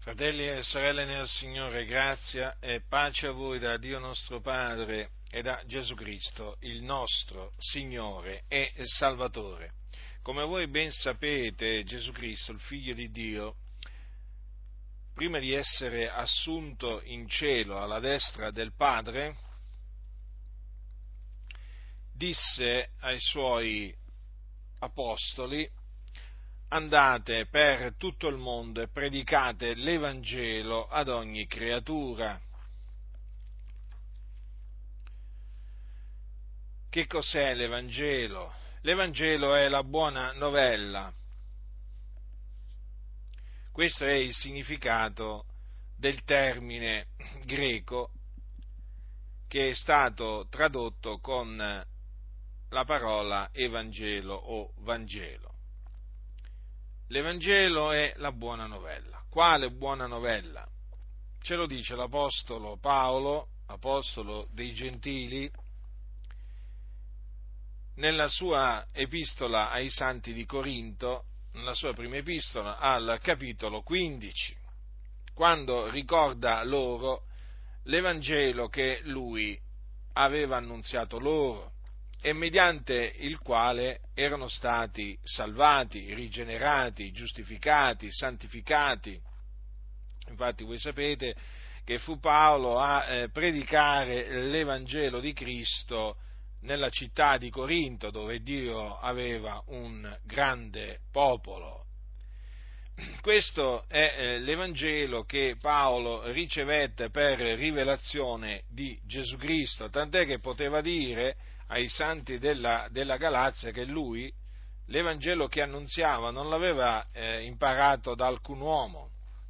Fratelli e sorelle nel Signore, grazia e pace a voi da Dio nostro Padre e da Gesù Cristo, il nostro Signore e Salvatore. Come voi ben sapete, Gesù Cristo, il Figlio di Dio, prima di essere assunto in cielo alla destra del Padre, disse ai Suoi apostoli: andate per tutto il mondo e predicate l'Evangelo ad ogni creatura. Che cos'è l'Evangelo? L'Evangelo è la buona novella. Questo è il significato del termine greco che è stato tradotto con la parola Evangelo o Vangelo. L'Evangelo è la buona novella. Quale buona novella? Ce lo dice l'Apostolo Paolo, apostolo dei Gentili, nella sua epistola ai Santi di Corinto, nella sua prima epistola, al capitolo 15, quando ricorda loro l'Evangelo che lui aveva annunziato loro e mediante il quale erano stati salvati, rigenerati, giustificati, santificati. Infatti voi sapete che fu Paolo a predicare l'Evangelo di Cristo nella città di Corinto, dove Dio aveva un grande popolo. Questo è l'Evangelo che Paolo ricevette per rivelazione di Gesù Cristo, tant'è che poteva dire ai santi della Galazia che lui, l'Evangelo che annunziava, non l'aveva imparato da alcun uomo,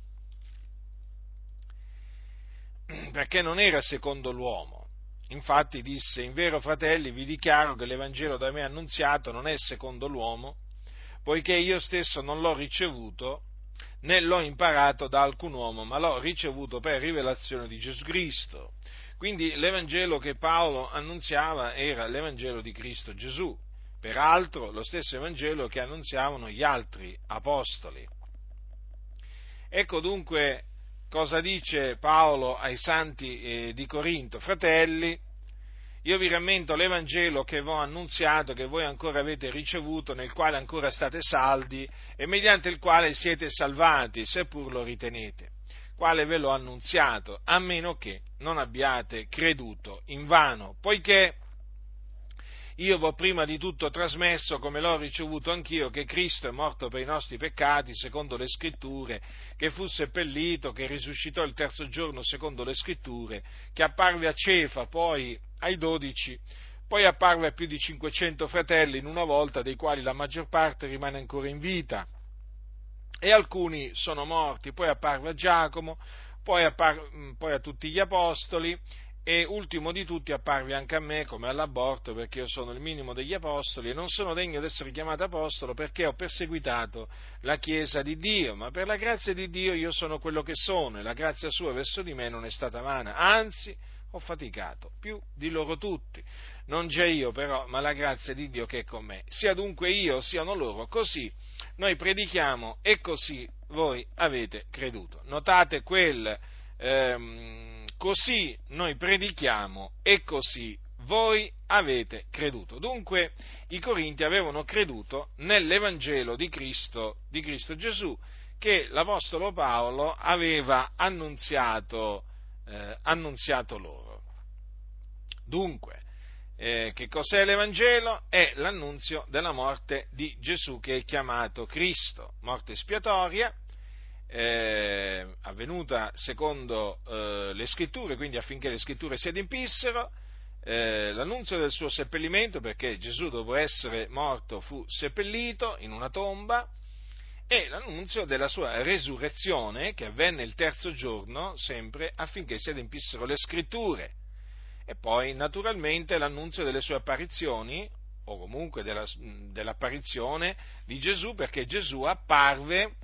perché non era secondo l'uomo. Infatti disse: in vero, fratelli, vi dichiaro che l'Evangelo da me annunziato non è secondo l'uomo, poiché io stesso non l'ho ricevuto, né l'ho imparato da alcun uomo, ma l'ho ricevuto per rivelazione di Gesù Cristo. Quindi l'Evangelo che Paolo annunziava era l'Evangelo di Cristo Gesù, peraltro lo stesso Evangelo che annunziavano gli altri apostoli. Ecco dunque cosa dice Paolo ai santi di Corinto: fratelli, io vi rammento l'Evangelo che vi ho annunziato, che voi ancora avete ricevuto, nel quale ancora state saldi e mediante il quale siete salvati, seppur lo ritenete, quale ve l'ho annunziato, a meno che non abbiate creduto invano, poiché io v'ho prima di tutto trasmesso, come l'ho ricevuto anch'io, che Cristo è morto per i nostri peccati, secondo le Scritture, che fu seppellito, che risuscitò il terzo giorno, secondo le Scritture, che apparve a Cefa, poi ai 12, poi apparve a più di 500 fratelli in una volta, dei quali la maggior parte rimane ancora in vita, e alcuni sono morti. Poi apparve a Giacomo, poi a tutti gli apostoli, e ultimo di tutti apparve anche a me come all'aborto, perché io sono il minimo degli apostoli e non sono degno di essere chiamato apostolo, perché ho perseguitato la Chiesa di Dio, ma per la grazia di Dio io sono quello che sono, e la grazia sua verso di me non è stata vana, anzi ho faticato più di loro tutti. Non c'è io però, ma la grazia di Dio che è con me. Sia dunque io, siano loro, così noi predichiamo e così voi avete creduto. Notate così noi predichiamo e così voi avete creduto. Dunque i Corinti avevano creduto nell'Evangelo di Cristo Gesù, che l'Apostolo Paolo aveva annunziato loro. Dunque, che cos'è l'Evangelo? È l'annunzio della morte di Gesù, che è chiamato Cristo, morte espiatoria, avvenuta secondo le Scritture, quindi affinché le Scritture si adempissero, l'annunzio del suo seppellimento, perché Gesù dopo essere morto fu seppellito in una tomba, e l'annunzio della sua resurrezione, che avvenne il terzo giorno, sempre affinché si adempissero le Scritture, e poi naturalmente l'annunzio delle sue apparizioni, o comunque dell'apparizione di Gesù, perché Gesù apparve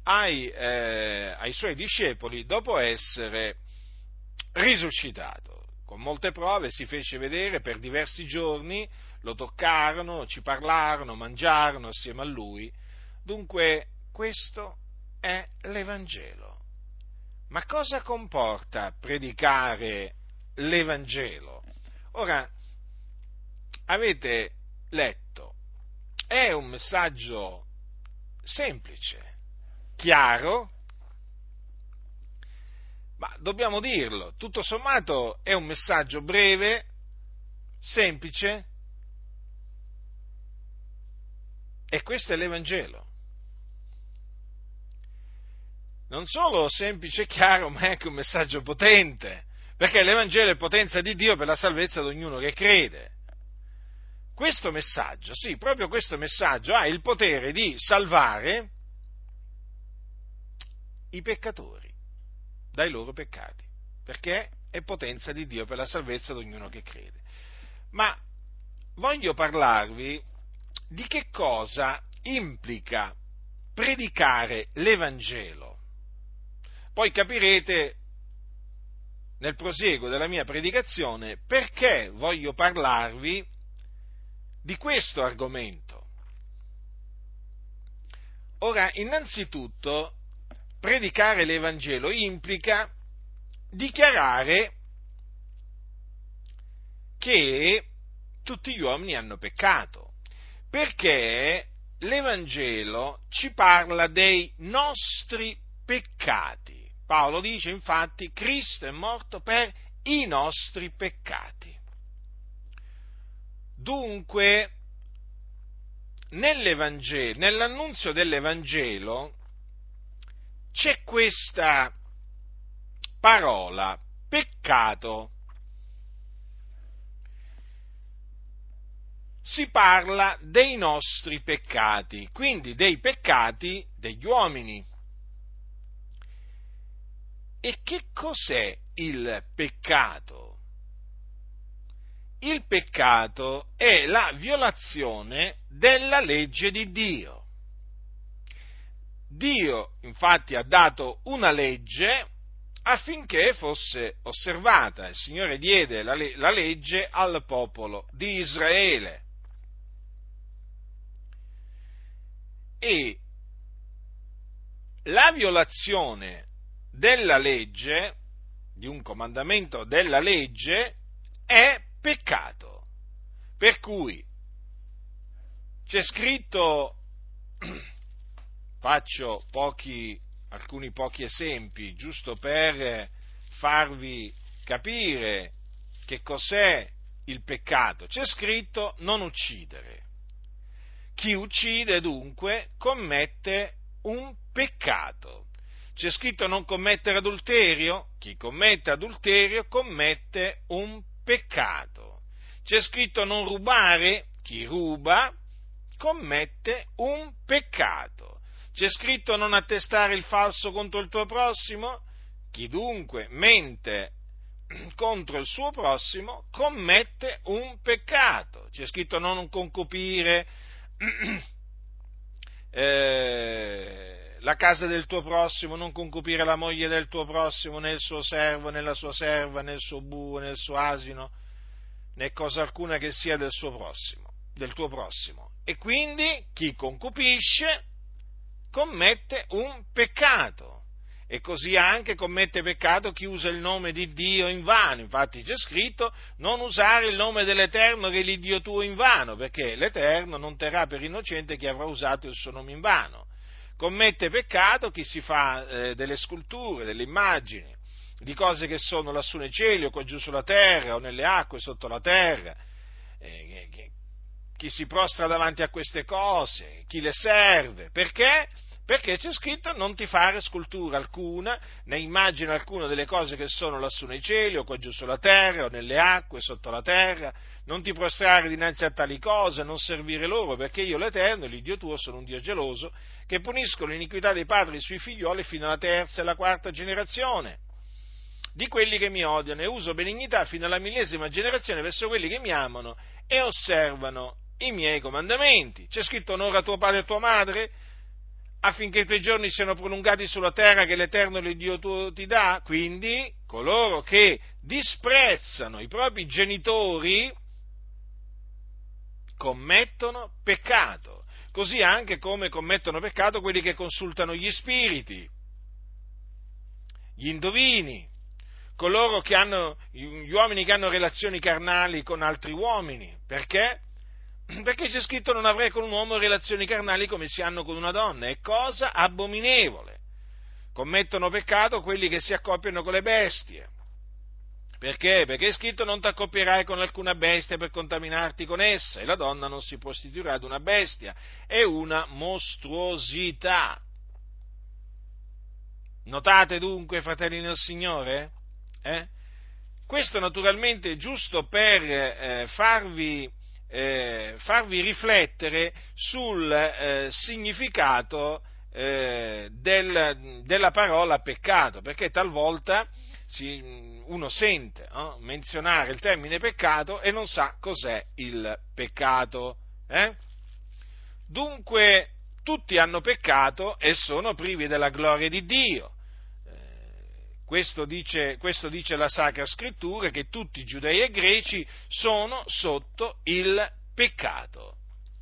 ai suoi discepoli dopo essere risuscitato. Con molte prove si fece vedere per diversi giorni, lo toccarono, ci parlarono, mangiarono assieme a lui. Dunque questo è l'Evangelo. Ma cosa comporta predicare l'Evangelo? Ora, avete letto, è un messaggio semplice, chiaro, ma dobbiamo dirlo, tutto sommato è un messaggio breve, semplice, e questo è l'Evangelo. Non solo semplice e chiaro, ma è anche un messaggio potente, perché l'Evangelo è potenza di Dio per la salvezza di ognuno che crede. Questo messaggio, sì, proprio questo messaggio ha il potere di salvare i peccatori dai loro peccati, perché è potenza di Dio per la salvezza di ognuno che crede. Ma voglio parlarvi di che cosa implica predicare l'Evangelo. Poi capirete nel prosieguo della mia predicazione perché voglio parlarvi di questo argomento. Ora, innanzitutto, predicare l'Evangelo implica dichiarare che tutti gli uomini hanno peccato, perché l'Evangelo ci parla dei nostri peccati. Paolo dice infatti: Cristo è morto per i nostri peccati. Dunque, nell'annunzio dell'Evangelo c'è questa parola, peccato. Si parla dei nostri peccati, quindi dei peccati degli uomini. E che cos'è il peccato? Il peccato è la violazione della legge di Dio. Dio, infatti, ha dato una legge affinché fosse osservata. Il Signore diede la legge al popolo di Israele. E la violazione della legge, di un comandamento della legge, è peccato. Per cui c'è scritto, faccio alcuni pochi esempi, giusto per farvi capire che cos'è il peccato. C'è scritto: non uccidere. Chi uccide dunque commette un peccato. C'è scritto: non commettere adulterio. Chi commette adulterio commette un peccato. C'è scritto: non rubare. Chi ruba commette un peccato. C'è scritto: non attestare il falso contro il tuo prossimo. Chi dunque mente contro il suo prossimo commette un peccato. C'è scritto: non concupire la casa del tuo prossimo, non concupire la moglie del tuo prossimo, né il suo servo, né la sua serva, né il suo bue, né il suo asino, né cosa alcuna che sia del tuo prossimo. E quindi chi concupisce commette un peccato. E così anche commette peccato chi usa il nome di Dio in vano. Infatti c'è scritto: non usare il nome dell'Eterno che è l'Iddio tuo in vano, perché l'Eterno non terrà per innocente chi avrà usato il suo nome in vano. Commette peccato chi si fa delle sculture, delle immagini, di cose che sono lassù nei cieli o qua giù sulla terra o nelle acque sotto la terra. Chi si prostra davanti a queste cose, chi le serve. Perché? Perché c'è scritto: non ti fare scultura alcuna, né immagine alcuna delle cose che sono lassù nei cieli, o qua giù sulla terra, o nelle acque, sotto la terra, non ti prostrare dinanzi a tali cose, non servire loro, perché io l'Eterno, l'Iddio tuo, sono un Dio geloso, che punisco l'iniquità dei padri sui figlioli fino alla terza e alla quarta generazione di quelli che mi odiano, e uso benignità fino alla 1000ª generazione verso quelli che mi amano e osservano i miei comandamenti. C'è scritto: onora tuo padre e tua madre, affinché i tuoi giorni siano prolungati sulla terra che l'Eterno l'Iddio tuo ti dà. Quindi coloro che disprezzano i propri genitori commettono peccato, così anche come commettono peccato quelli che consultano gli spiriti gli indovini, gli uomini che hanno relazioni carnali con altri uomini. Perché? Perché c'è scritto: non avrai con un uomo relazioni carnali come si hanno con una donna, è cosa abominevole. Commettono peccato quelli che si accoppiano con le bestie. Perché? Perché è scritto: non ti accoppierai con alcuna bestia per contaminarti con essa, e la donna non si prostituirà ad una bestia, è una mostruosità. Notate dunque, fratelli nel Signore? Questo naturalmente è giusto per farvi riflettere sul significato della parola peccato, perché talvolta uno sente menzionare il termine peccato e non sa cos'è il peccato. Dunque, tutti hanno peccato e sono privi della gloria di Dio. Questo dice la Sacra Scrittura, che tutti, giudei e greci, sono sotto il peccato.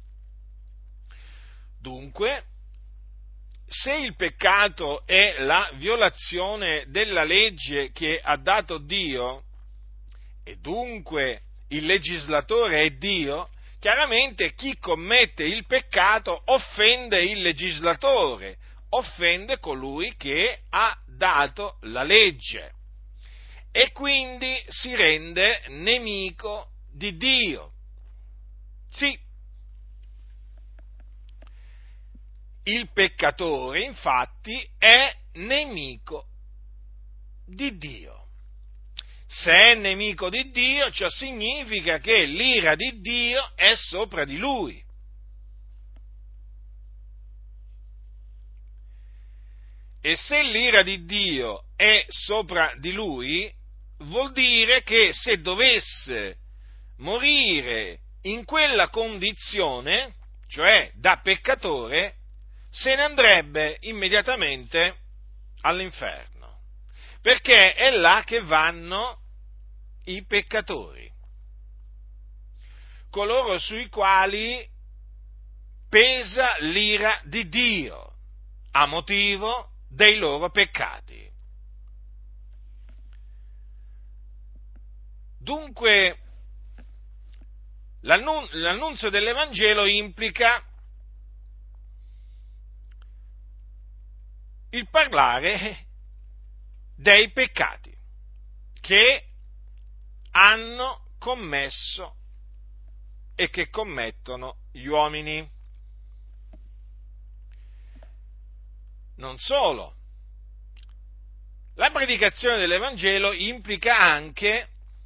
Dunque, se il peccato è la violazione della legge che ha dato Dio, e dunque il legislatore è Dio, chiaramente chi commette il peccato offende il legislatore, offende colui che ha dato la legge e quindi si rende nemico di Dio. Sì, il peccatore infatti è nemico di Dio. Se è nemico di Dio, ciò significa che l'ira di Dio è sopra di lui. E se l'ira di Dio è sopra di lui, vuol dire che se dovesse morire in quella condizione, cioè da peccatore, se ne andrebbe immediatamente all'inferno, perché è là che vanno i peccatori, coloro sui quali pesa l'ira di Dio a motivo dei loro peccati. Dunque, l'annunzio dell'Evangelo implica il parlare dei peccati che hanno commesso e che commettono gli uomini. Non solo, la predicazione dell'Evangelo implica anche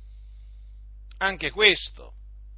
questo,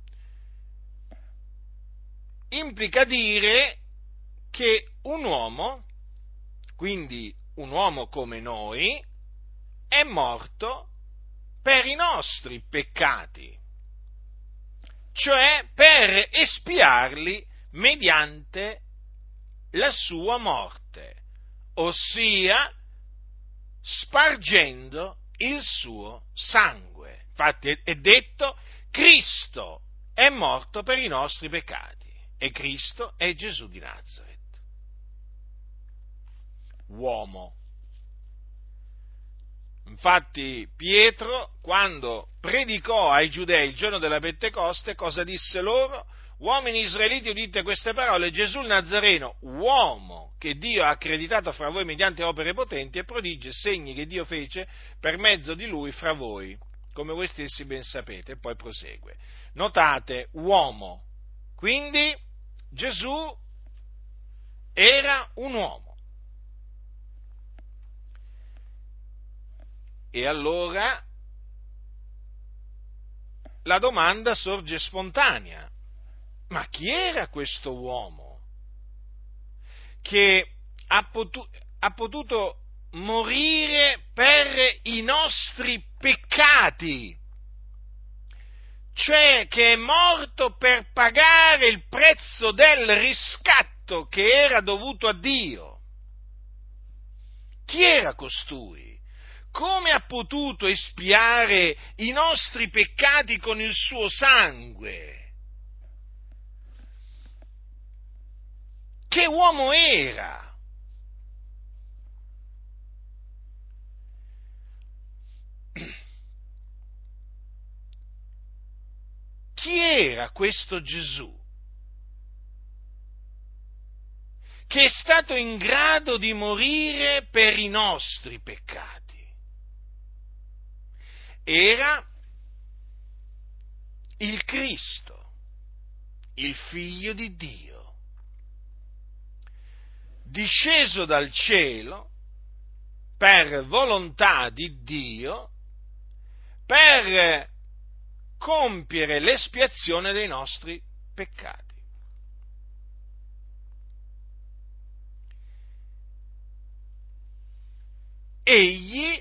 implica dire che un uomo, quindi un uomo come noi, è morto per i nostri peccati, cioè per espiarli mediante la sua morte, ossia spargendo il suo sangue. Infatti è detto: Cristo è morto per i nostri peccati, e Cristo è Gesù di Nazaret, uomo. Infatti Pietro, quando predicò ai giudei il giorno della Pentecoste, cosa disse loro? Uomini israeliti, udite queste parole: Gesù il Nazareno, uomo che Dio ha accreditato fra voi mediante opere potenti e prodigi e segni che Dio fece per mezzo di lui fra voi, come voi stessi ben sapete. E poi prosegue. Notate, uomo. Quindi Gesù era un uomo. E allora la domanda sorge spontanea: ma chi era questo uomo che ha potuto morire per i nostri peccati? Cioè che è morto per pagare il prezzo del riscatto che era dovuto a Dio. Chi era costui? Come ha potuto espiare i nostri peccati con il suo sangue? Che uomo era? era questo Gesù che è stato in grado di morire per i nostri peccati? Era il Cristo, il Figlio di Dio, disceso dal cielo per volontà di Dio, per compiere l'espiazione dei nostri peccati. Egli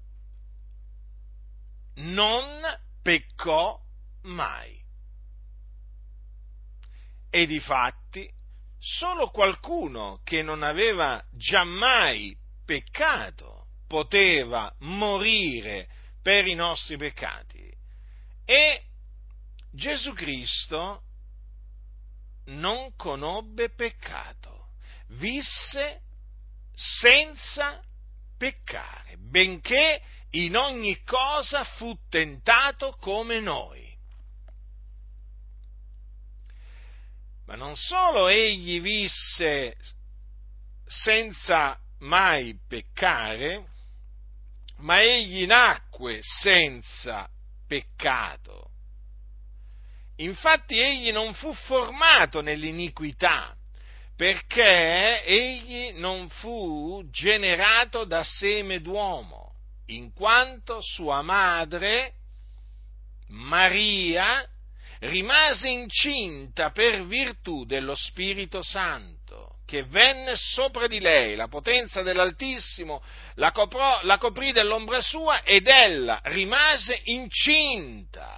non peccò mai. E difatti solo qualcuno che non aveva giammai peccato poteva morire per i nostri peccati. E Gesù Cristo non conobbe peccato, visse senza peccare, benché in ogni cosa fu tentato come noi. Ma non solo egli visse senza mai peccare, ma egli nacque senza peccato. Infatti egli non fu formato nell'iniquità, perché egli non fu generato da seme d'uomo, in quanto sua madre, Maria, rimase incinta per virtù dello Spirito Santo, che venne sopra di lei. La potenza dell'Altissimo la coprì dell'ombra sua ed ella rimase incinta.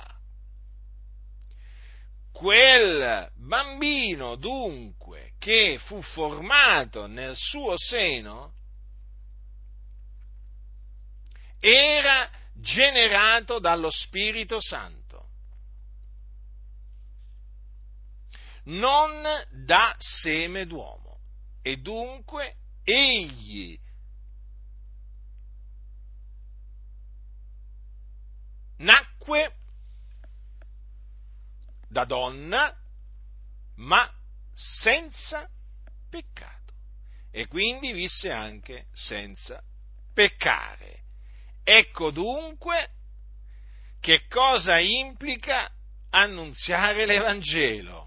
Quel bambino, dunque, che fu formato nel suo seno, era generato dallo Spirito Santo, non da seme d'uomo, e dunque egli nacque da donna, ma senza peccato, e quindi visse anche senza peccare. Ecco dunque che cosa implica annunziare l'Evangelo: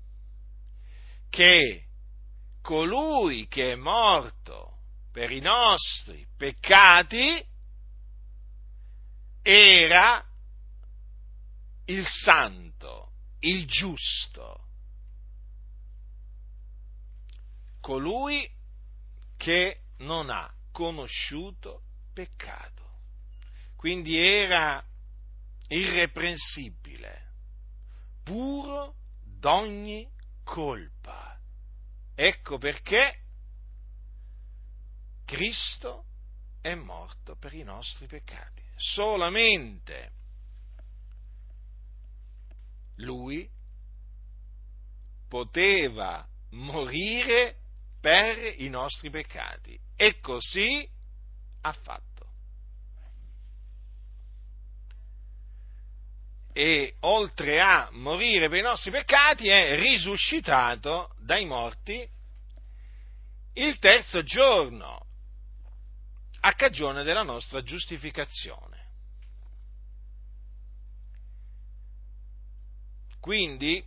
che colui che è morto per i nostri peccati era il santo, il giusto, colui che non ha conosciuto peccato. Quindi era irreprensibile, puro d'ogni colpa. Ecco perché Cristo è morto per i nostri peccati. Solamente Lui poteva morire per i nostri peccati, e così ha fatto. E oltre a morire per i nostri peccati è risuscitato dai morti il terzo giorno, a cagione della nostra giustificazione. Quindi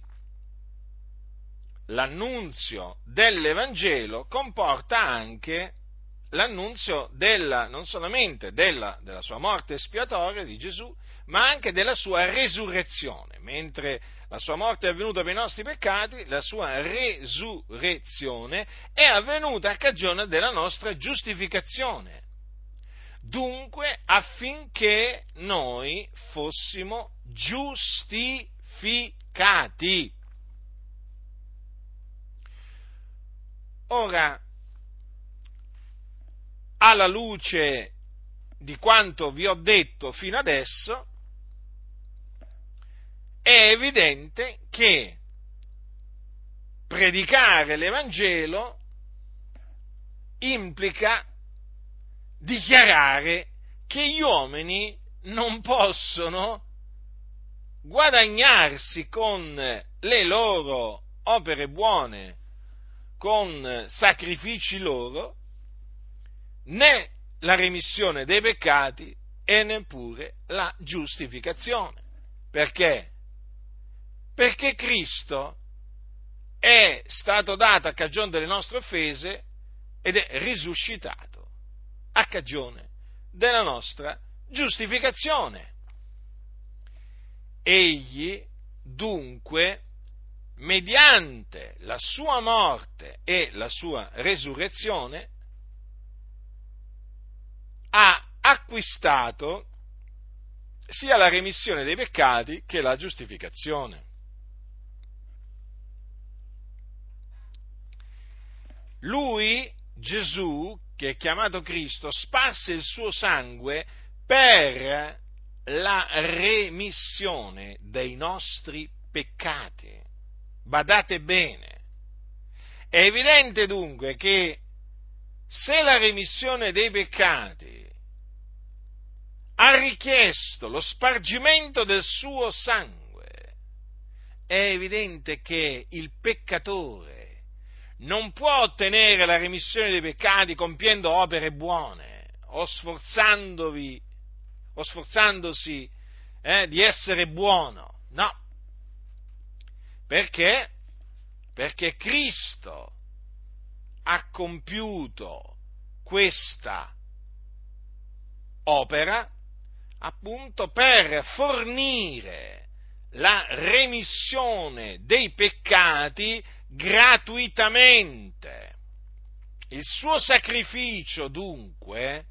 l'annunzio dell'Evangelo comporta anche l'annunzio non solamente della sua morte espiatoria di Gesù, ma anche della sua resurrezione. Mentre la sua morte è avvenuta per i nostri peccati, la sua resurrezione è avvenuta a cagione della nostra giustificazione. Dunque, affinché noi fossimo giustificati. Ora, alla luce di quanto vi ho detto fino adesso, è evidente che predicare l'Evangelo implica dichiarare che gli uomini non possono guadagnarsi con le loro opere buone, con sacrifici loro, né la remissione dei peccati e neppure la giustificazione. Perché? Perché Cristo è stato dato a cagione delle nostre offese ed è risuscitato a cagione della nostra giustificazione. Egli, dunque, mediante la sua morte e la sua resurrezione, ha acquistato sia la remissione dei peccati che la giustificazione. Lui, Gesù, che è chiamato Cristo, sparse il suo sangue per la remissione dei nostri peccati. Badate bene. È evidente dunque che se la remissione dei peccati ha richiesto lo spargimento del suo sangue, è evidente che il peccatore non può ottenere la remissione dei peccati compiendo opere buone o sforzandosi di essere buono. No. Perché? Perché Cristo ha compiuto questa opera appunto per fornire la remissione dei peccati gratuitamente. Il suo sacrificio, dunque,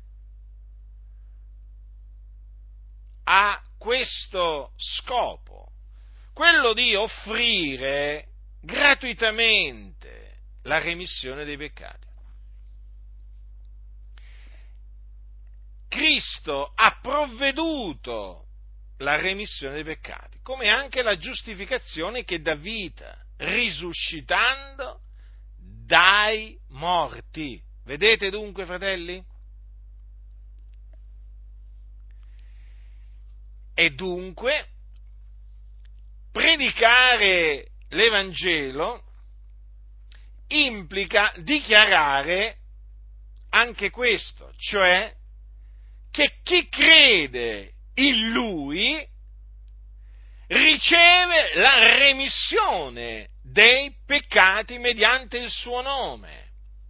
ha questo scopo, quello di offrire gratuitamente la remissione dei peccati. Cristo ha provveduto la remissione dei peccati, come anche la giustificazione che dà vita, risuscitando dai morti. Vedete dunque, fratelli? E dunque, predicare l'Evangelo implica dichiarare anche questo, cioè che chi crede in Lui riceve la remissione dei peccati mediante il suo nome,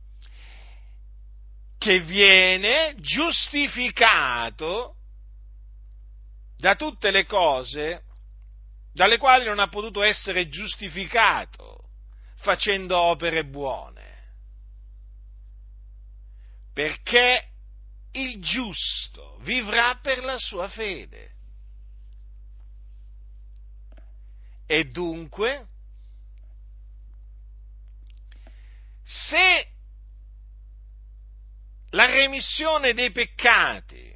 che viene giustificato da tutte le cose dalle quali non ha potuto essere giustificato facendo opere buone, perché il giusto vivrà per la sua fede. E dunque, se la remissione dei peccati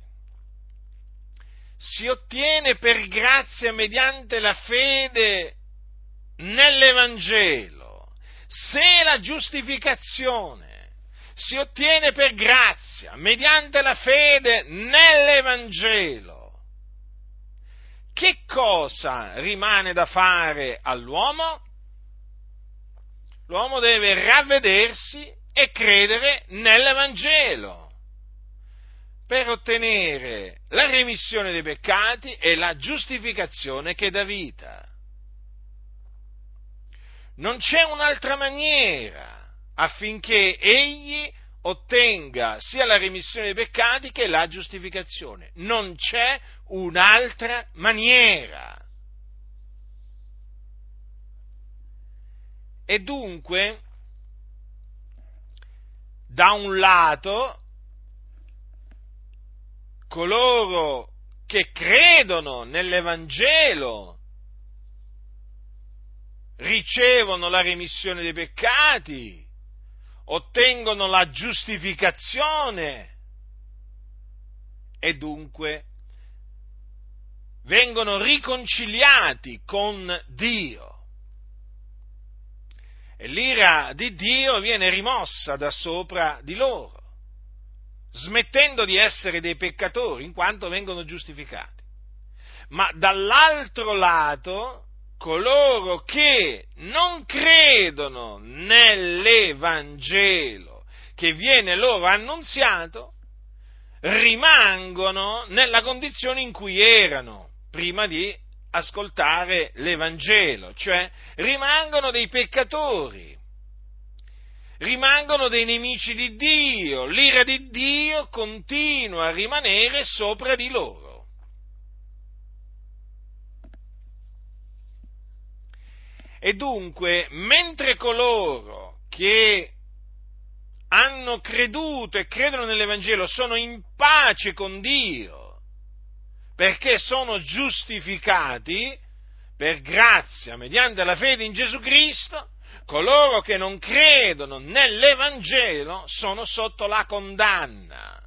si ottiene per grazia mediante la fede nell'Evangelo, se la giustificazione si ottiene per grazia mediante la fede nell'Evangelo, che cosa rimane da fare all'uomo? L'uomo deve ravvedersi e credere nell'Evangelo per ottenere la remissione dei peccati e la giustificazione che dà vita. Non c'è un'altra maniera affinché egli ottenga sia la remissione dei peccati che la giustificazione. Non c'è un'altra maniera. E dunque, da un lato, coloro che credono nell'Evangelo ricevono la remissione dei peccati, ottengono la giustificazione e dunque vengono riconciliati con Dio. E l'ira di Dio viene rimossa da sopra di loro, smettendo di essere dei peccatori, in quanto vengono giustificati. ma dall'altro lato coloro che non credono nell'Evangelo che viene loro annunziato rimangono nella condizione in cui erano prima di ascoltare l'Evangelo, cioè rimangono dei peccatori, rimangono dei nemici di Dio, l'ira di Dio continua a rimanere sopra di loro. E dunque, mentre coloro che hanno creduto e credono nell'Evangelo sono in pace con Dio, perché sono giustificati per grazia mediante la fede in Gesù Cristo, coloro che non credono nell'Evangelo sono sotto la condanna.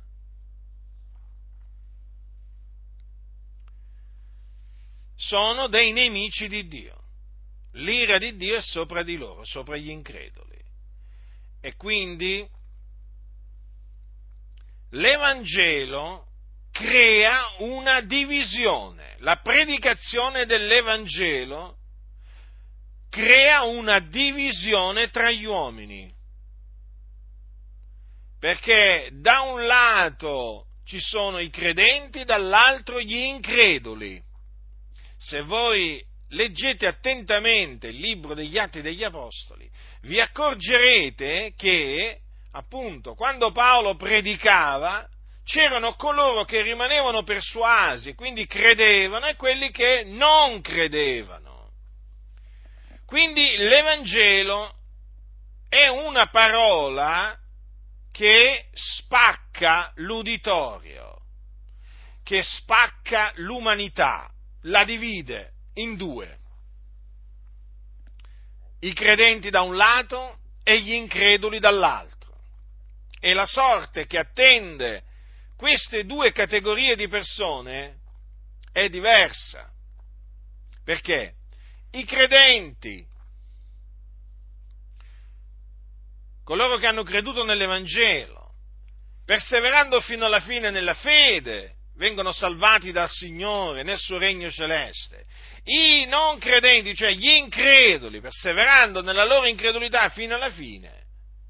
Sono dei nemici di Dio. L'ira di Dio è sopra di loro, sopra gli increduli. E quindi l'Evangelo crea una divisione. La predicazione dell'Evangelo crea una divisione tra gli uomini. Perché da un lato ci sono i credenti, dall'altro gli increduli. Se voi leggete attentamente il libro degli Atti degli Apostoli, vi accorgerete che, appunto, quando Paolo predicava, c'erano coloro che rimanevano persuasi, quindi credevano, e quelli che non credevano. Quindi l'Evangelo è una parola che spacca l'uditorio, che spacca l'umanità, la divide in due: i credenti da un lato e gli increduli dall'altro. E la sorte che attende queste due categorie di persone è diversa, perché i credenti, coloro che hanno creduto nell'Evangelo, perseverando fino alla fine nella fede, vengono salvati dal Signore nel suo regno celeste. I non credenti, cioè gli increduli, perseverando nella loro incredulità fino alla fine,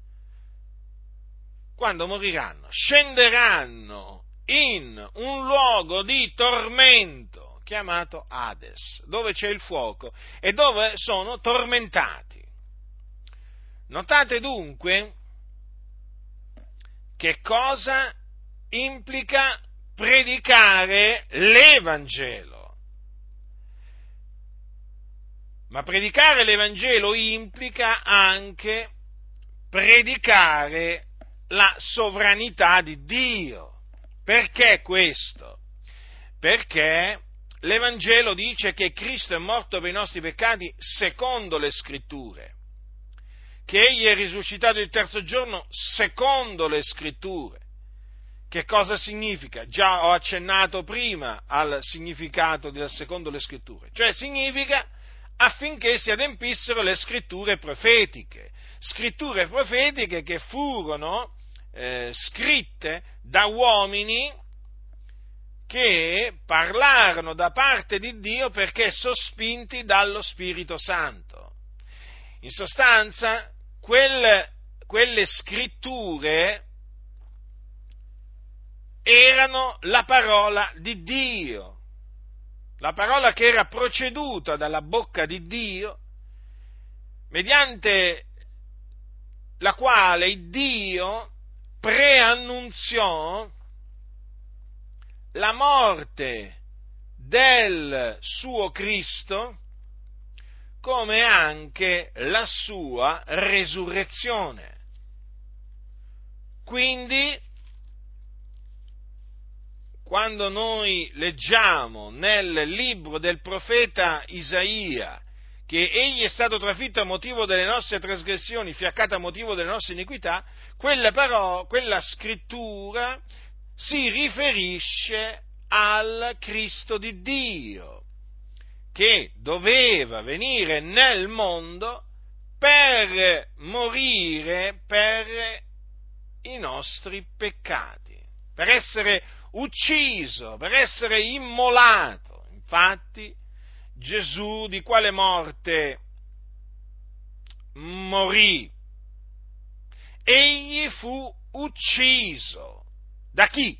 quando moriranno, scenderanno in un luogo di tormento chiamato Hades, dove c'è il fuoco e dove sono tormentati. Notate dunque che cosa implica predicare l'Evangelo. Ma predicare l'Evangelo implica anche predicare la sovranità di Dio. Perché questo? Perché l'Evangelo dice che Cristo è morto per i nostri peccati secondo le Scritture, che Egli è risuscitato il terzo giorno secondo le Scritture. Che cosa significa? Già ho accennato prima al significato del secondo le Scritture, cioè significa affinché si adempissero le scritture profetiche che furono scritte da uomini che parlarono da parte di Dio perché sospinti dallo Spirito Santo. In sostanza, quelle scritture erano la parola di Dio, la parola che era proceduta dalla bocca di Dio, mediante la quale Dio preannunziò la morte del suo Cristo, come anche la sua resurrezione. Quindi, quando noi leggiamo nel libro del profeta Isaia che egli è stato trafitto a motivo delle nostre trasgressioni, fiaccato a motivo delle nostre iniquità, quella scrittura si riferisce al Cristo di Dio, che doveva venire nel mondo per morire per i nostri peccati, per essere ucciso, per essere immolato. Infatti, Gesù di quale morte morì? Egli fu ucciso. Da chi?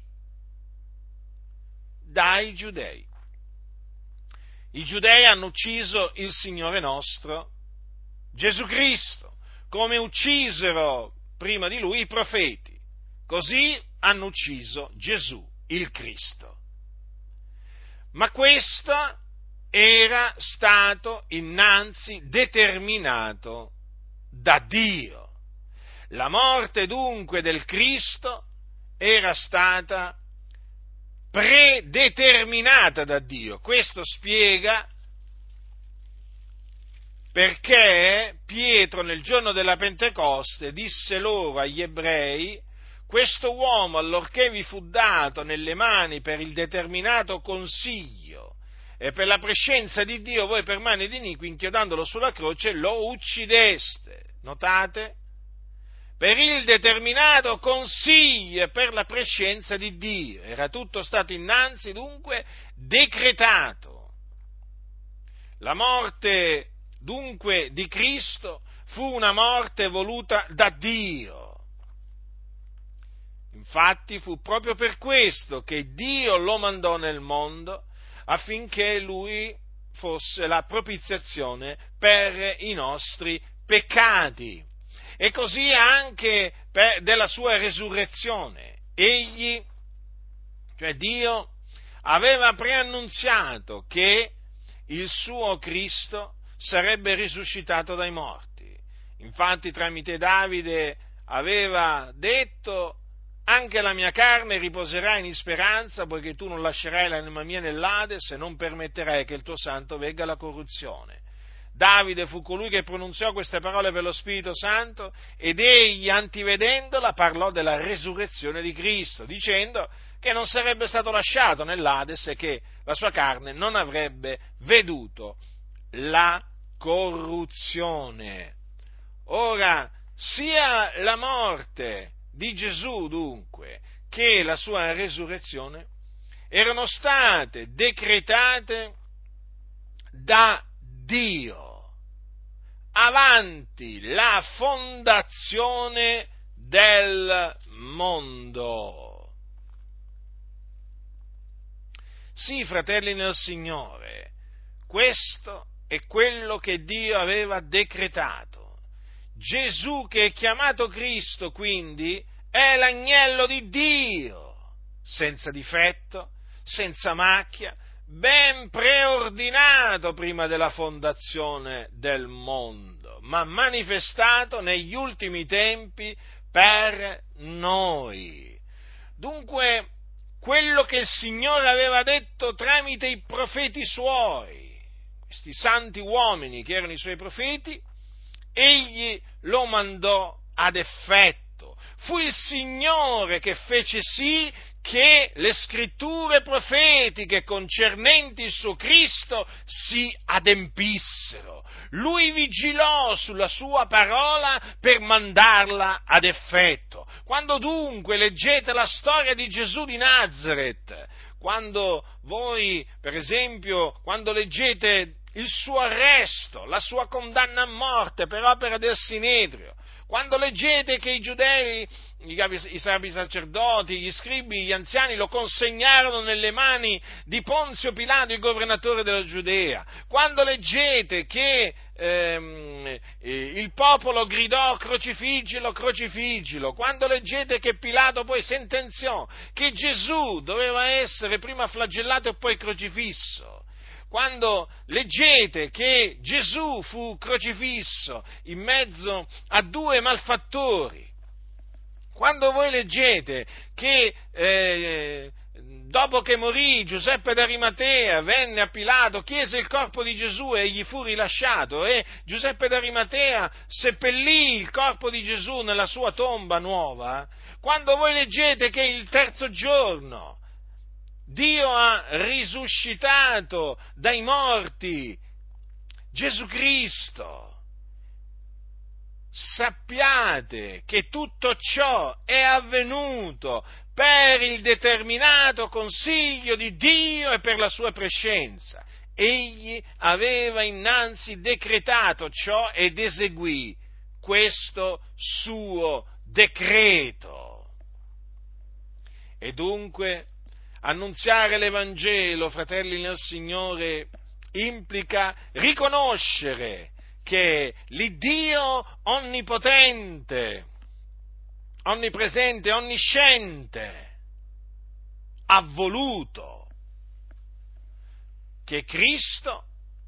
Dai giudei. I giudei hanno ucciso il Signore nostro Gesù Cristo, come uccisero prima di lui i profeti. Così hanno ucciso Gesù, il Cristo. Ma questo era stato innanzi determinato da Dio. La morte dunque del Cristo era stata predeterminata da Dio. Questo spiega perché Pietro nel giorno della Pentecoste disse loro, agli ebrei: questo uomo, allorché vi fu dato nelle mani per il determinato consiglio e per la prescienza di Dio, voi per mani di iniqui, inchiodandolo sulla croce, lo uccideste. Notate? Per il determinato consiglio e per la prescienza di Dio. Era tutto stato innanzi, dunque, decretato. La morte, dunque, di Cristo fu una morte voluta da Dio. Infatti fu proprio per questo che Dio lo mandò nel mondo, affinché Lui fosse la propiziazione per i nostri peccati. E così anche della sua resurrezione. Egli, cioè Dio, aveva preannunziato che il suo Cristo sarebbe risuscitato dai morti. Infatti tramite Davide aveva detto: anche la mia carne riposerà in speranza, poiché tu non lascerai l'anima mia nell'Ades e non permetterai che il tuo santo vegga alla corruzione. Davide fu colui che pronunziò queste parole per lo Spirito Santo, ed egli, antivedendola, parlò della resurrezione di Cristo, dicendo che non sarebbe stato lasciato nell'Ades e che la sua carne non avrebbe veduto la corruzione. Ora, sia la morte di Gesù, dunque, che la sua resurrezione erano state decretate da Dio avanti la fondazione del mondo. Sì, fratelli nel Signore, questo è quello che Dio aveva decretato. Gesù, che è chiamato Cristo, quindi, è l'agnello di Dio, senza difetto, senza macchia, ben preordinato prima della fondazione del mondo, ma manifestato negli ultimi tempi per noi. Dunque, quello che il Signore aveva detto tramite i profeti suoi, questi santi uomini che erano i suoi profeti, egli lo mandò ad effetto. Fu il Signore che fece sì che le scritture profetiche concernenti il suo Cristo si adempissero. Lui vigilò sulla sua parola per mandarla ad effetto. Quando dunque leggete la storia di Gesù di Nazaret, quando voi, per esempio, quando leggete il suo arresto, la sua condanna a morte per opera del Sinedrio, quando leggete che i giudei, i sabi sacerdoti, gli scribi, gli anziani lo consegnarono nelle mani di Ponzio Pilato, il governatore della Giudea, quando leggete che il popolo gridò crocifiggilo, crocifiggilo, quando leggete che Pilato poi sentenziò che Gesù doveva essere prima flagellato e poi crocifisso, quando leggete che Gesù fu crocifisso in mezzo a due malfattori, quando voi leggete che dopo che morì Giuseppe d'Arimatea venne a Pilato, chiese il corpo di Gesù e gli fu rilasciato, e Giuseppe d'Arimatea seppellì il corpo di Gesù nella sua tomba nuova, quando voi leggete che il terzo giorno Dio ha risuscitato dai morti Gesù Cristo, sappiate che tutto ciò è avvenuto per il determinato consiglio di Dio e per la sua prescienza. Egli aveva innanzi decretato ciò ed eseguì questo suo decreto. E dunque annunziare l'Evangelo, fratelli nel Signore, implica riconoscere che l'Iddio onnipotente, onnipresente, onnisciente ha voluto che Cristo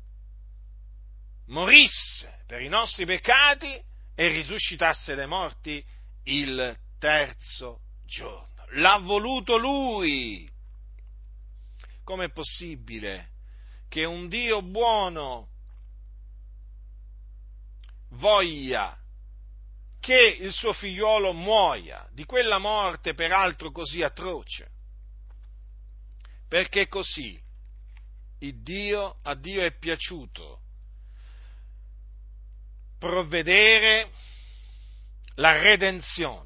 morisse per i nostri peccati e risuscitasse dai morti il terzo giorno. L'ha voluto Lui. Com'è possibile che un Dio buono voglia che il suo figliuolo muoia, di quella morte peraltro così atroce? Perché così a Dio è piaciuto provvedere la redenzione.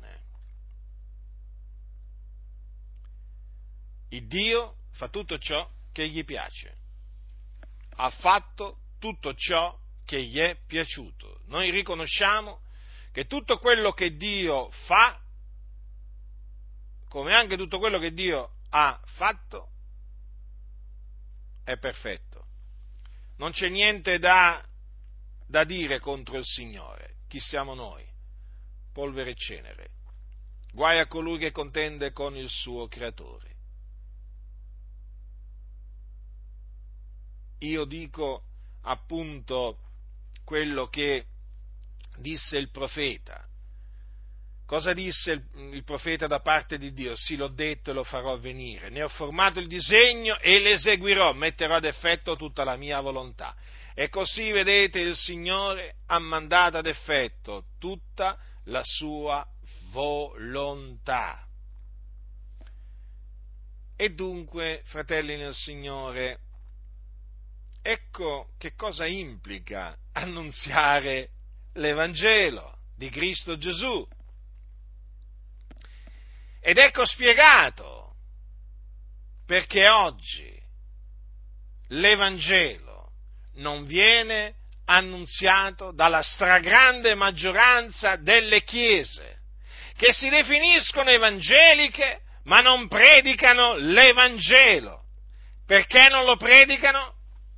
Il Dio fa tutto ciò che gli piace, ha fatto tutto ciò che gli è piaciuto. Noi riconosciamo che tutto quello che Dio fa, come anche tutto quello che Dio ha fatto, è perfetto. Non c'è niente da dire contro il Signore. Chi siamo noi? Polvere e cenere. Guai a colui che contende con il suo Creatore. Io dico appunto quello che disse il profeta. Cosa disse il profeta da parte di Dio? Sì, l'ho detto e lo farò avvenire. Ne ho formato il disegno e l'eseguirò, metterò ad effetto tutta la mia volontà. E così, vedete, il Signore ha mandato ad effetto tutta la sua volontà. E dunque, fratelli nel Signore, ecco che cosa implica annunziare l'Evangelo di Cristo Gesù. Ed ecco spiegato perché oggi l'Evangelo non viene annunziato dalla stragrande maggioranza delle chiese, che si definiscono evangeliche ma non predicano l'Evangelo. Perché non lo predicano?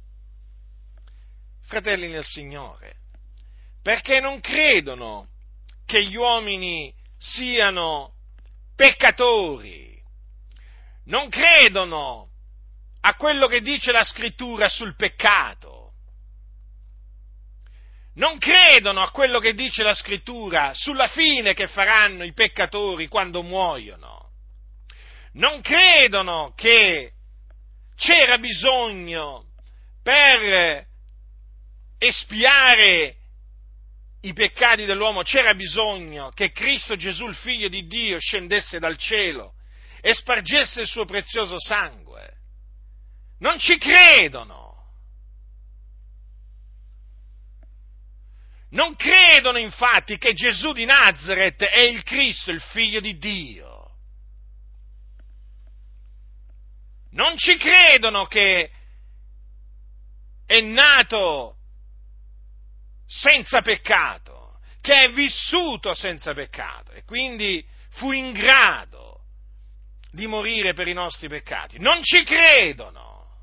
Fratelli nel Signore, perché non credono che gli uomini siano peccatori, non credono a quello che dice la Scrittura sul peccato, non credono a quello che dice la Scrittura sulla fine che faranno i peccatori quando muoiono, non credono che c'era bisogno per espiare i peccati dell'uomo, c'era bisogno che Cristo Gesù, il Figlio di Dio, scendesse dal cielo e spargesse il suo prezioso sangue. Non ci credono. Non credono infatti che Gesù di Nazaret è il Cristo, il Figlio di Dio. Non ci credono che è nato senza peccato, che è vissuto senza peccato e quindi fu in grado di morire per i nostri peccati. Non ci credono.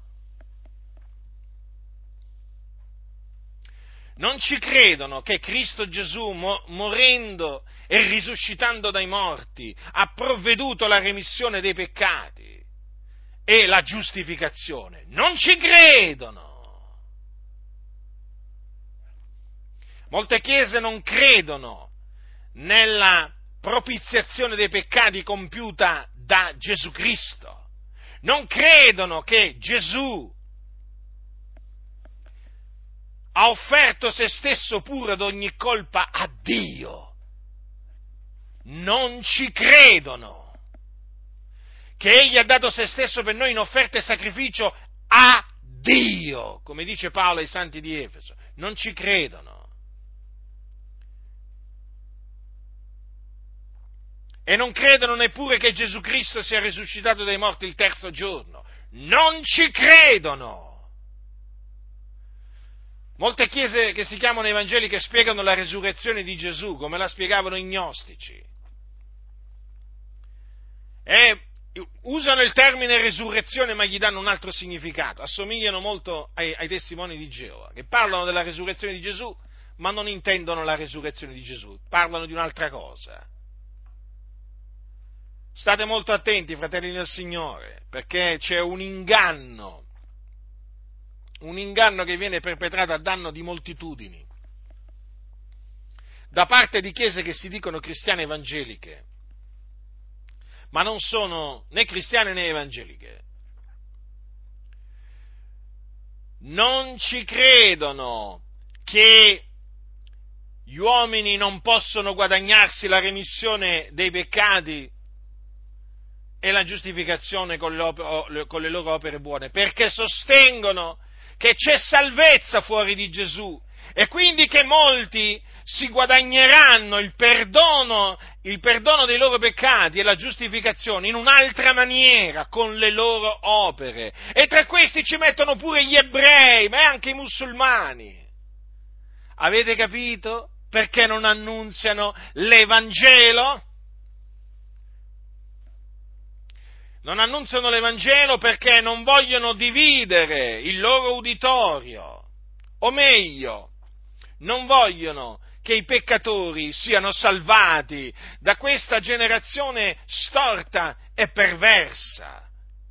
Non ci credono che Cristo Gesù, morendo e risuscitando dai morti, ha provveduto alla remissione dei peccati e la giustificazione. Non ci credono. Molte chiese non credono nella propiziazione dei peccati compiuta da Gesù Cristo. Non credono che Gesù ha offerto se stesso puro ad ogni colpa a Dio. Non ci credono che Egli ha dato se stesso per noi in offerta e sacrificio a Dio, come dice Paolo ai santi di Efeso. Non ci credono. e non credono neppure che Gesù Cristo sia risuscitato dai morti il terzo giorno. Non ci credono. Molte chiese che si chiamano evangeliche spiegano la resurrezione di Gesù come la spiegavano i gnostici. E usano il termine resurrezione ma gli danno un altro significato, assomigliano molto ai testimoni di Geova, che parlano della resurrezione di Gesù ma non intendono la resurrezione di Gesù, parlano di un'altra cosa. State molto attenti, fratelli del Signore, perché c'è un inganno che viene perpetrato a danno di moltitudini, da parte di chiese che si dicono cristiane evangeliche, ma non sono né cristiane né evangeliche. Non ci credono che gli uomini non possono guadagnarsi la remissione dei peccati e la giustificazione con le loro opere buone, perché sostengono che c'è salvezza fuori di Gesù e quindi che molti si guadagneranno il perdono dei loro peccati e la giustificazione in un'altra maniera, con le loro opere. E tra questi ci mettono pure gli ebrei, ma anche i musulmani. Avete capito perché non annunziano l'Evangelo? Non annunziano l'Evangelo perché non vogliono dividere il loro uditorio, o meglio, non vogliono che i peccatori siano salvati da questa generazione storta e perversa.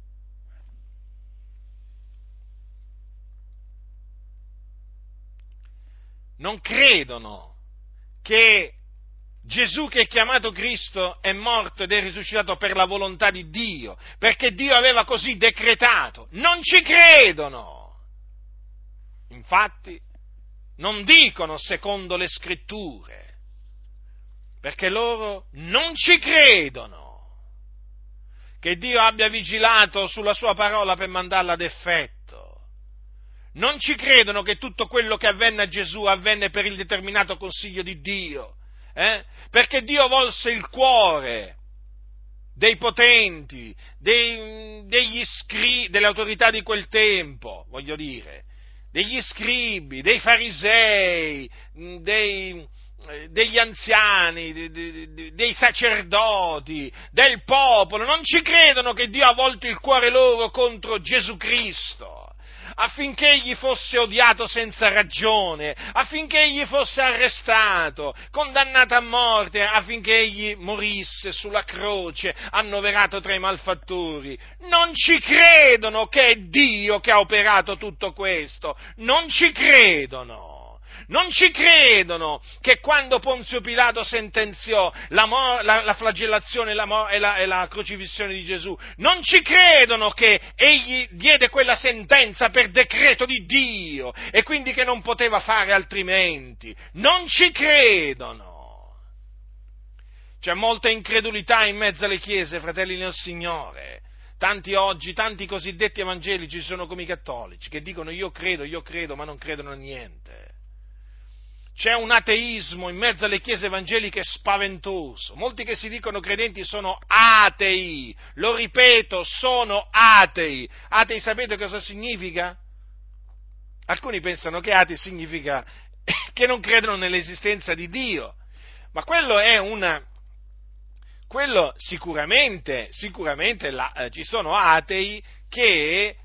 Non credono che Gesù, che è chiamato Cristo, è morto ed è risuscitato per la volontà di Dio, perché Dio aveva così decretato. Non ci credono. Infatti, non dicono secondo le Scritture, perché loro non ci credono che Dio abbia vigilato sulla sua parola per mandarla ad effetto. Non ci credono che tutto quello che avvenne a Gesù avvenne per il determinato consiglio di Dio. Perché Dio volse il cuore dei potenti, delle autorità di quel tempo, voglio dire, degli scribi, dei farisei, degli anziani, dei sacerdoti, del popolo. Non ci credono che Dio ha volto il cuore loro contro Gesù Cristo, affinché egli fosse odiato senza ragione, affinché egli fosse arrestato, condannato a morte, affinché egli morisse sulla croce, annoverato tra i malfattori. Non ci credono che è Dio che ha operato tutto questo, non ci credono. Non ci credono che quando Ponzio Pilato sentenziò la flagellazione e la crocifissione di Gesù, non ci credono che egli diede quella sentenza per decreto di Dio e quindi che non poteva fare altrimenti. Non ci credono. C'è molta incredulità in mezzo alle chiese, fratelli nel Signore. Tanti cosiddetti evangelici sono come i cattolici, che dicono io credo, ma non credono a niente. C'è un ateismo in mezzo alle chiese evangeliche spaventoso. Molti che si dicono credenti sono atei. Lo ripeto, sono atei. Atei sapete cosa significa? Alcuni pensano che atei significa che non credono nell'esistenza di Dio. Ma quello sicuramente ci sono atei che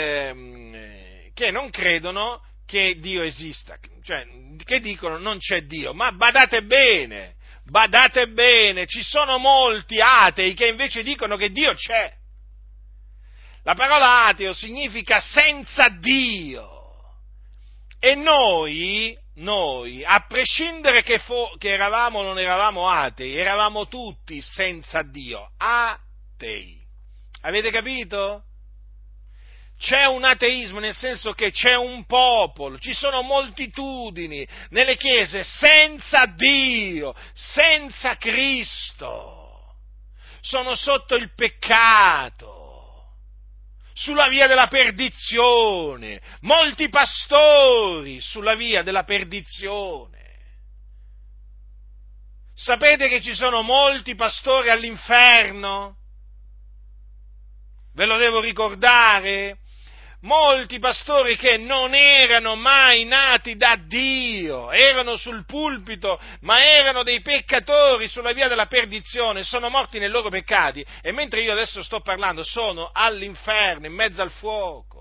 non credono che Dio esista, cioè che dicono non c'è Dio, ma badate bene, ci sono molti atei che invece dicono che Dio c'è. La parola ateo significa senza Dio e noi a prescindere che eravamo o non eravamo atei, eravamo tutti senza Dio, atei. Avete capito? C'è un ateismo nel senso che c'è un popolo, ci sono moltitudini nelle chiese senza Dio, senza Cristo, sono sotto il peccato, sulla via della perdizione, molti pastori sulla via della perdizione. Sapete che ci sono molti pastori all'inferno? Ve lo devo ricordare? Molti pastori che non erano mai nati da Dio, erano sul pulpito, ma erano dei peccatori sulla via della perdizione, sono morti nei loro peccati e mentre io adesso sto parlando sono all'inferno, in mezzo al fuoco.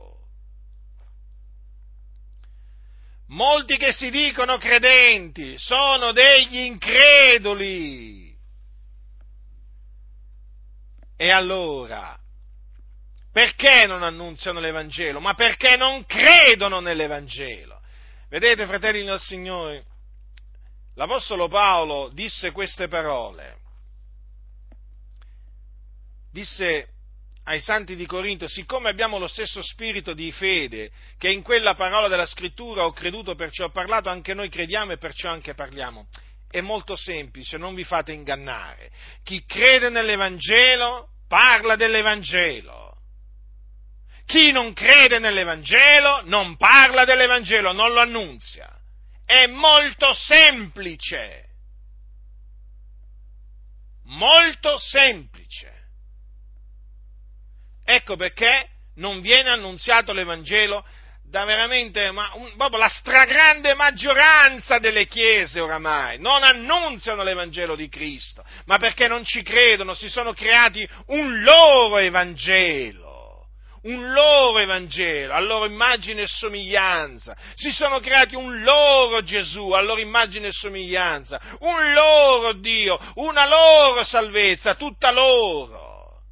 Molti che si dicono credenti sono degli increduli. E allora, perché non annunziano l'Evangelo? Ma perché non credono nell'Evangelo. Vedete, fratelli nel Signore, l'Apostolo Paolo disse queste parole. Disse ai santi di Corinto: siccome abbiamo lo stesso spirito di fede, che in quella parola della Scrittura ho creduto, perciò ho parlato, anche noi crediamo e perciò anche parliamo. È molto semplice, non vi fate ingannare. Chi crede nell'Evangelo parla dell'Evangelo. Chi non crede nell'Evangelo non parla dell'Evangelo, non lo annunzia. È molto semplice. Molto semplice. Ecco perché non viene annunziato l'Evangelo da veramente, proprio la stragrande maggioranza delle chiese oramai. Non annunziano l'Evangelo di Cristo, ma perché non ci credono, si sono creati un loro Evangelo, a loro immagine e somiglianza, si sono creati un loro Gesù, a loro immagine e somiglianza, un loro Dio, una loro salvezza, tutta loro.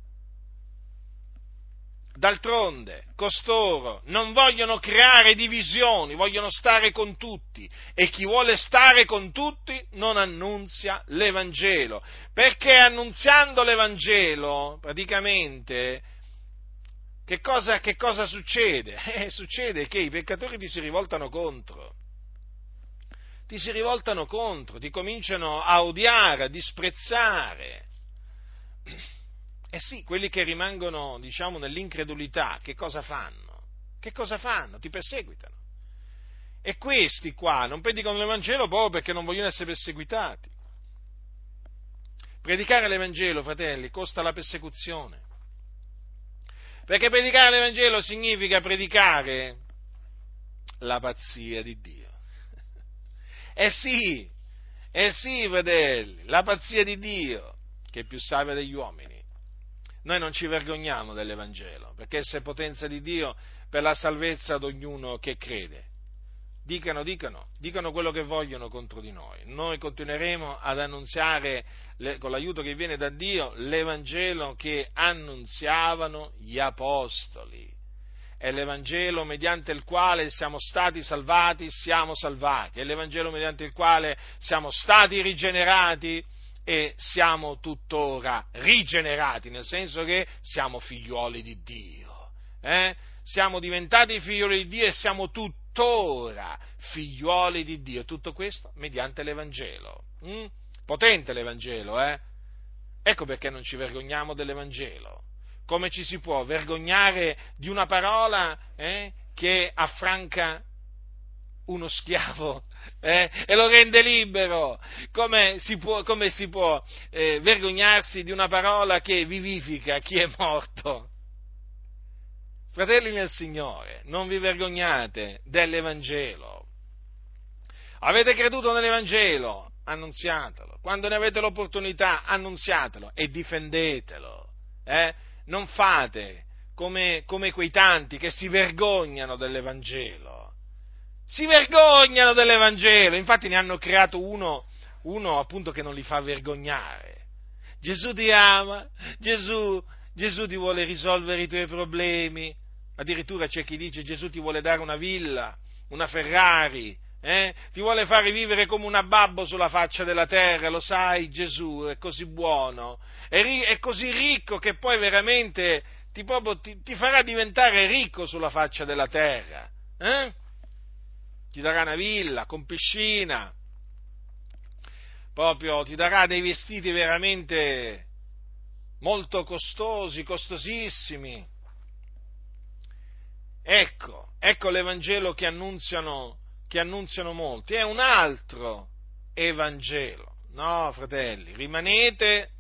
D'altronde, costoro non vogliono creare divisioni, vogliono stare con tutti, e chi vuole stare con tutti non annunzia l'Evangelo, perché annunziando l'Evangelo, praticamente, che cosa succede? Succede che i peccatori ti si rivoltano contro, ti cominciano a odiare, a disprezzare. Eh sì, quelli che rimangono, nell'incredulità, che cosa fanno? Ti perseguitano. E questi qua non predicano l'Evangelo proprio perché non vogliono essere perseguitati. Predicare l'Evangelo, fratelli, costa la persecuzione. Perché predicare l'Evangelo significa predicare la pazzia di Dio. Eh sì, fratelli, la pazzia di Dio, che è più savia degli uomini. Noi non ci vergogniamo dell'Evangelo, perché essa è potenza di Dio per la salvezza ad ognuno che crede. Dicano quello che vogliono contro di noi. Noi continueremo ad annunziare, con l'aiuto che viene da Dio, l'Evangelo che annunziavano gli Apostoli. È l'Evangelo mediante il quale siamo stati salvati, siamo salvati. È l'Evangelo mediante il quale siamo stati rigenerati e siamo tuttora rigenerati, nel senso che siamo figliuoli di Dio. Siamo diventati figliuoli di Dio e siamo tuttora figliuoli di Dio. Tutto questo mediante l'Evangelo. Potente l'Evangelo, Ecco perché non ci vergogniamo dell'Evangelo. Come ci si può vergognare di una parola che affranca uno schiavo e lo rende libero? Come si può vergognarsi di una parola che vivifica chi è morto? Fratelli nel Signore, non vi vergognate dell'Evangelo. Avete creduto nell'Evangelo? Annunziatelo. Quando ne avete l'opportunità, annunziatelo e difendetelo. Non fate come quei tanti che si vergognano dell'Evangelo. Si vergognano dell'Evangelo, infatti ne hanno creato uno appunto che non li fa vergognare. Gesù ti ama, Gesù ti vuole risolvere i tuoi problemi. Addirittura c'è chi dice: Gesù ti vuole dare una villa, una Ferrari, ti vuole fare vivere come un abbabbo sulla faccia della terra. Lo sai, Gesù è così buono, è così ricco che poi veramente ti farà diventare ricco sulla faccia della terra. Ti darà una villa con piscina, proprio ti darà dei vestiti veramente molto costosi, costosissimi. Ecco l'Evangelo che annunziano molti, è un altro Evangelo, No, fratelli, rimanete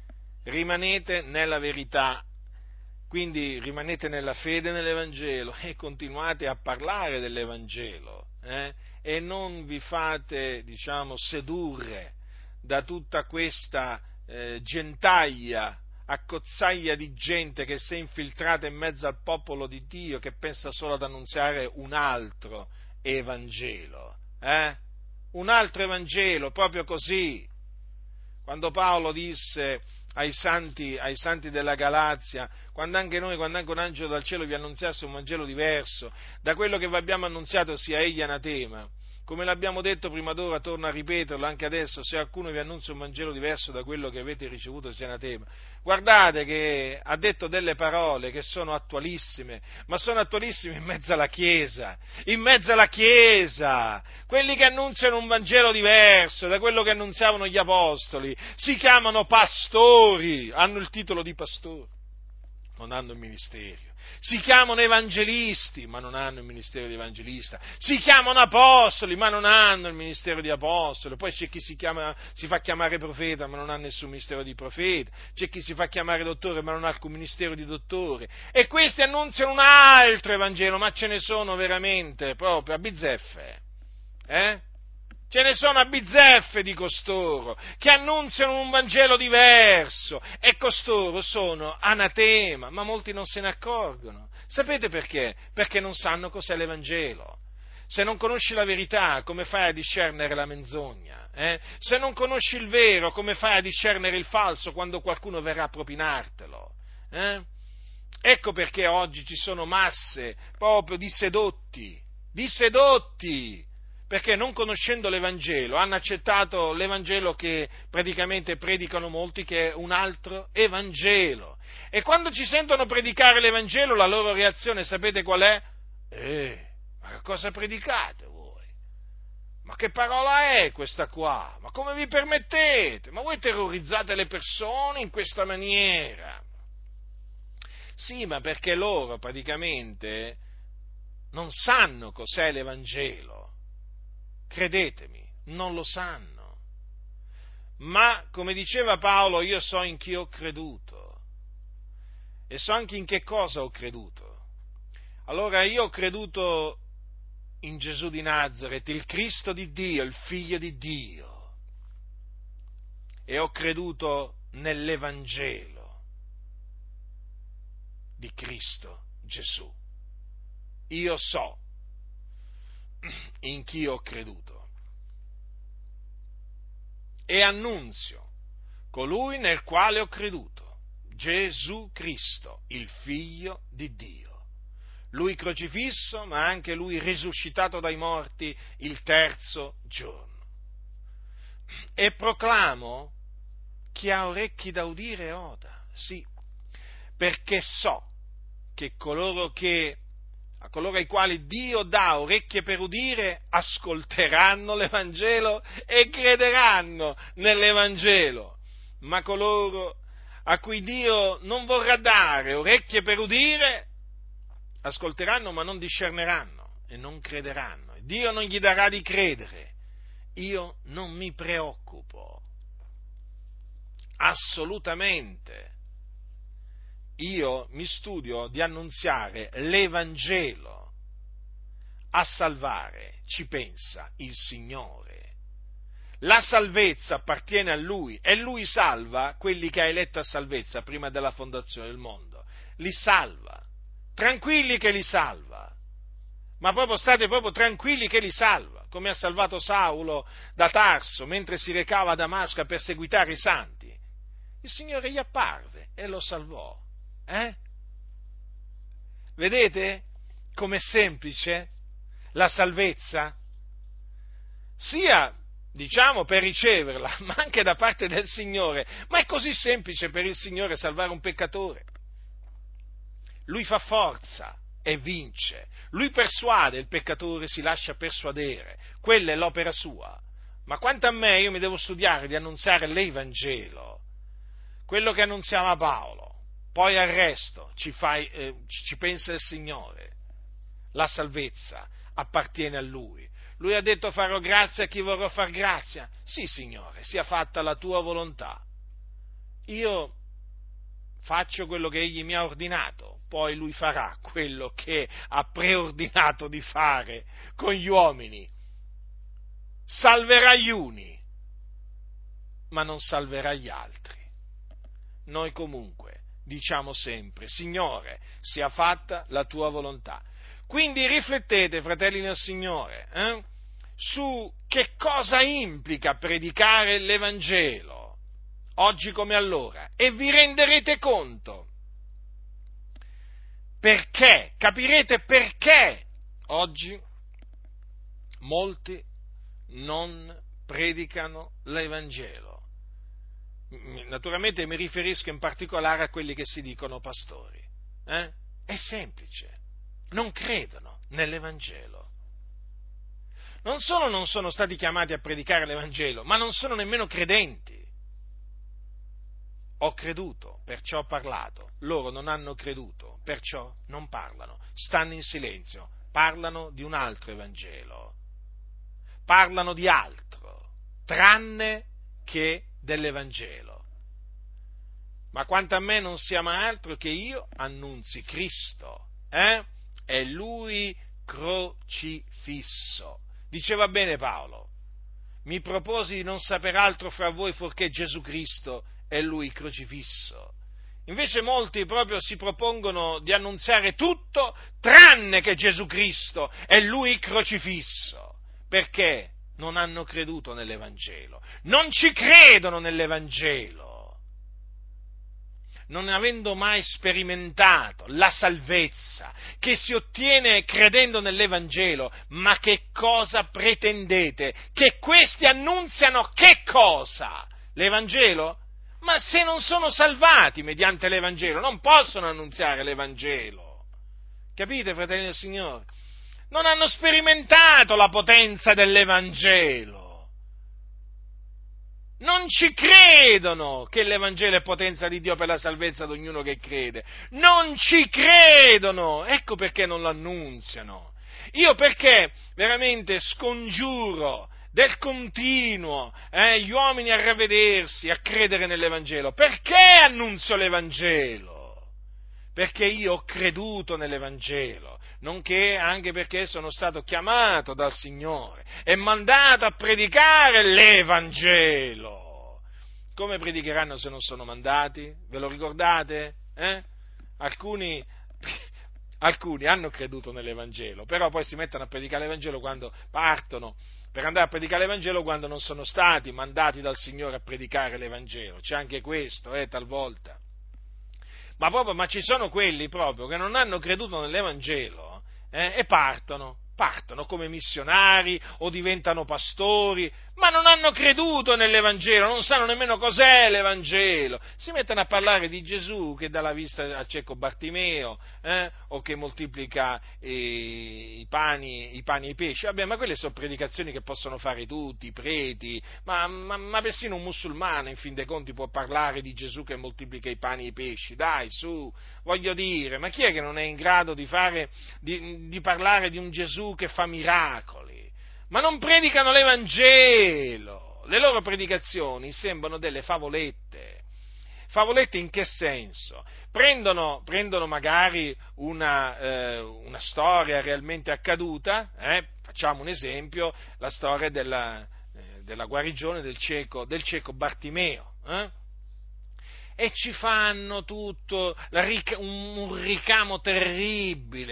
nella verità, quindi rimanete nella fede nell'Evangelo e continuate a parlare dell'Evangelo, e non vi fate, sedurre da tutta questa gentaglia, accozzaglia di gente che si è infiltrata in mezzo al popolo di Dio, che pensa solo ad annunziare un altro Evangelo, un altro Evangelo, proprio così. Quando Paolo disse ai santi della Galazia, quando anche un angelo dal cielo vi annunziasse un Vangelo diverso da quello che vi abbiamo annunziato, sia egli anatema. Come l'abbiamo detto prima d'ora, torno a ripeterlo anche adesso: se qualcuno vi annuncia un Vangelo diverso da quello che avete ricevuto, sia anatema. Guardate che ha detto delle parole che sono attualissime, ma sono attualissime in mezzo alla Chiesa, quelli che annunciano un Vangelo diverso da quello che annunziavano gli Apostoli, si chiamano pastori, hanno il titolo di pastori, non hanno il ministero. Si chiamano evangelisti, ma non hanno il ministero di evangelista. Si chiamano apostoli, ma non hanno il ministero di apostolo. Poi c'è chi si fa chiamare profeta, ma non ha nessun ministero di profeta. C'è chi si fa chiamare dottore, ma non ha alcun ministero di dottore. E questi annunziano un altro Evangelo, ma ce ne sono veramente, proprio a bizzeffe. Ce ne sono a bizzeffe di costoro, che annunziano un Vangelo diverso, e costoro sono anatema, ma molti non se ne accorgono. Sapete perché? Perché non sanno cos'è l'Evangelo. Se non conosci la verità, come fai a discernere la menzogna? Se non conosci il vero, come fai a discernere il falso quando qualcuno verrà a propinartelo? Ecco perché oggi ci sono masse proprio di sedotti, perché non conoscendo l'Evangelo hanno accettato l'Evangelo che praticamente predicano molti, che è un altro Evangelo. E quando ci sentono predicare l'Evangelo, la loro reazione sapete qual è? Ma che cosa predicate voi? Ma che parola è questa qua? Ma come vi permettete? Ma voi terrorizzate le persone in questa maniera? Sì, ma perché loro praticamente non sanno cos'è l'Evangelo. Credetemi, non lo sanno. Ma, come diceva Paolo, io so in chi ho creduto e so anche in che cosa ho creduto. Allora io ho creduto in Gesù di Nazaret, il Cristo di Dio, il Figlio di Dio, e ho creduto nell'Evangelo di Cristo Gesù. Io so in chi ho creduto e annunzio colui nel quale ho creduto, Gesù Cristo, il Figlio di Dio, Lui crocifisso, ma anche Lui risuscitato dai morti il terzo giorno. E proclamo: chi ha orecchi da udire oda, sì, perché so che a coloro ai quali Dio dà orecchie per udire, ascolteranno l'Evangelo e crederanno nell'Evangelo. Ma coloro a cui Dio non vorrà dare orecchie per udire, ascolteranno ma non discerneranno e non crederanno. Dio non gli darà di credere. Io non mi preoccupo, assolutamente. Io mi studio di annunziare l'Evangelo. A salvare ci pensa il Signore. La salvezza appartiene a Lui e Lui salva quelli che ha eletto a salvezza prima della fondazione del mondo. Li salva. Tranquilli che li salva. Ma proprio state proprio tranquilli che li salva, come ha salvato Saulo da Tarso mentre si recava a Damasco a perseguitare i santi. Il Signore gli apparve e lo salvò. Vedete com'è semplice la salvezza? Sia, per riceverla, ma anche da parte del Signore. Ma è così semplice per il Signore salvare un peccatore. Lui fa forza e vince. Lui persuade il peccatore, si lascia persuadere. Quella è l'opera sua. Ma quanto a me, io mi devo studiare di annunziare l'Evangelo, quello che annunziava Paolo. Poi al resto ci pensa il Signore. La salvezza appartiene a Lui. Lui ha detto farò grazia a chi vorrò far grazia. Sì, Signore, sia fatta la tua volontà. Io faccio quello che Egli mi ha ordinato, poi Lui farà quello che ha preordinato di fare con gli uomini. Salverà gli uni, ma non salverà gli altri. Noi comunque diciamo sempre, Signore, sia fatta la tua volontà. Quindi riflettete, fratelli nel Signore, su che cosa implica predicare l'Evangelo, oggi come allora, e vi renderete conto perché, capirete perché oggi molti non predicano l'Evangelo. Naturalmente mi riferisco in particolare a quelli che si dicono pastori. È semplice, non credono nell'Evangelo. Non solo non sono stati chiamati a predicare l'Evangelo, ma non sono nemmeno credenti. Ho creduto, perciò ho parlato. Loro non hanno creduto, perciò non parlano. Stanno in silenzio, parlano di un altro Evangelo. Parlano di altro, tranne che dell'Evangelo. Ma quanto a me non sia mai altro che io annunzi Cristo, e Lui crocifisso. Diceva bene Paolo, mi proposi di non saper altro fra voi fuorché Gesù Cristo e Lui crocifisso. Invece molti proprio si propongono di annunziare tutto tranne che Gesù Cristo e Lui crocifisso. Perché? Non hanno creduto nell'Evangelo, non ci credono nell'Evangelo, non avendo mai sperimentato la salvezza che si ottiene credendo nell'Evangelo. Ma che cosa pretendete? Che questi annunziano che cosa? L'Evangelo? Ma se non sono salvati mediante l'Evangelo, non possono annunziare l'Evangelo. Capite, fratelli del Signore? Non hanno sperimentato la potenza dell'Evangelo. Non ci credono che l'Evangelo è potenza di Dio per la salvezza di ognuno che crede. Non ci credono. Ecco perché non lo annunziano. Io perché veramente scongiuro del continuo gli uomini a ravvedersi, a credere nell'Evangelo. Perché annunzio l'Evangelo? Perché io ho creduto nell'Evangelo, nonché anche perché sono stato chiamato dal Signore e mandato a predicare l'Evangelo. Come predicheranno se non sono mandati? Ve lo ricordate? Alcuni hanno creduto nell'Evangelo, però poi si mettono a predicare l'Evangelo quando partono per andare a predicare l'Evangelo quando non sono stati mandati dal Signore a predicare l'Evangelo. C'è anche questo, talvolta. Ma ci sono quelli proprio che non hanno creduto nell'Evangelo e partono come missionari o diventano pastori, ma non hanno creduto nell'Evangelo, non sanno nemmeno cos'è l'Evangelo. Si mettono a parlare di Gesù che dà la vista al cieco Bartimeo o che moltiplica i pani e i pesci. Vabbè, ma quelle sono predicazioni che possono fare tutti, i preti, ma persino un musulmano in fin dei conti può parlare di Gesù che moltiplica i pani e i pesci. Dai, su, voglio dire, ma chi è che non è in grado di parlare di un Gesù che fa miracoli? Ma non predicano l'Evangelo. Le loro predicazioni sembrano delle favolette. Favolette in che senso? Prendono magari una storia realmente accaduta, facciamo un esempio, la storia della guarigione del cieco Bartimeo, e ci fanno tutto un ricamo terribile,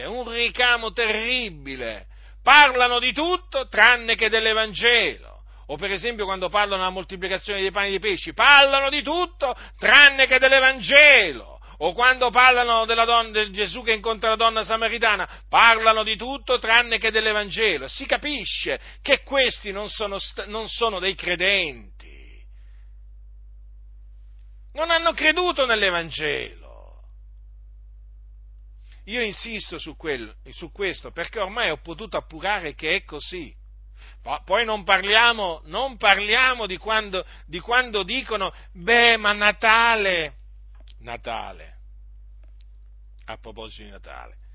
parlano di tutto tranne che dell'Evangelo. O per esempio quando parlano della moltiplicazione dei pani e dei pesci, parlano di tutto tranne che dell'Evangelo. O quando parlano del Gesù che incontra la donna samaritana, parlano di tutto tranne che dell'Evangelo. Si capisce che questi non sono dei credenti. Non hanno creduto nell'Evangelo. Io insisto su questo perché ormai ho potuto appurare che è così. Poi non parliamo di quando dicono, ma Natale, a proposito di Natale,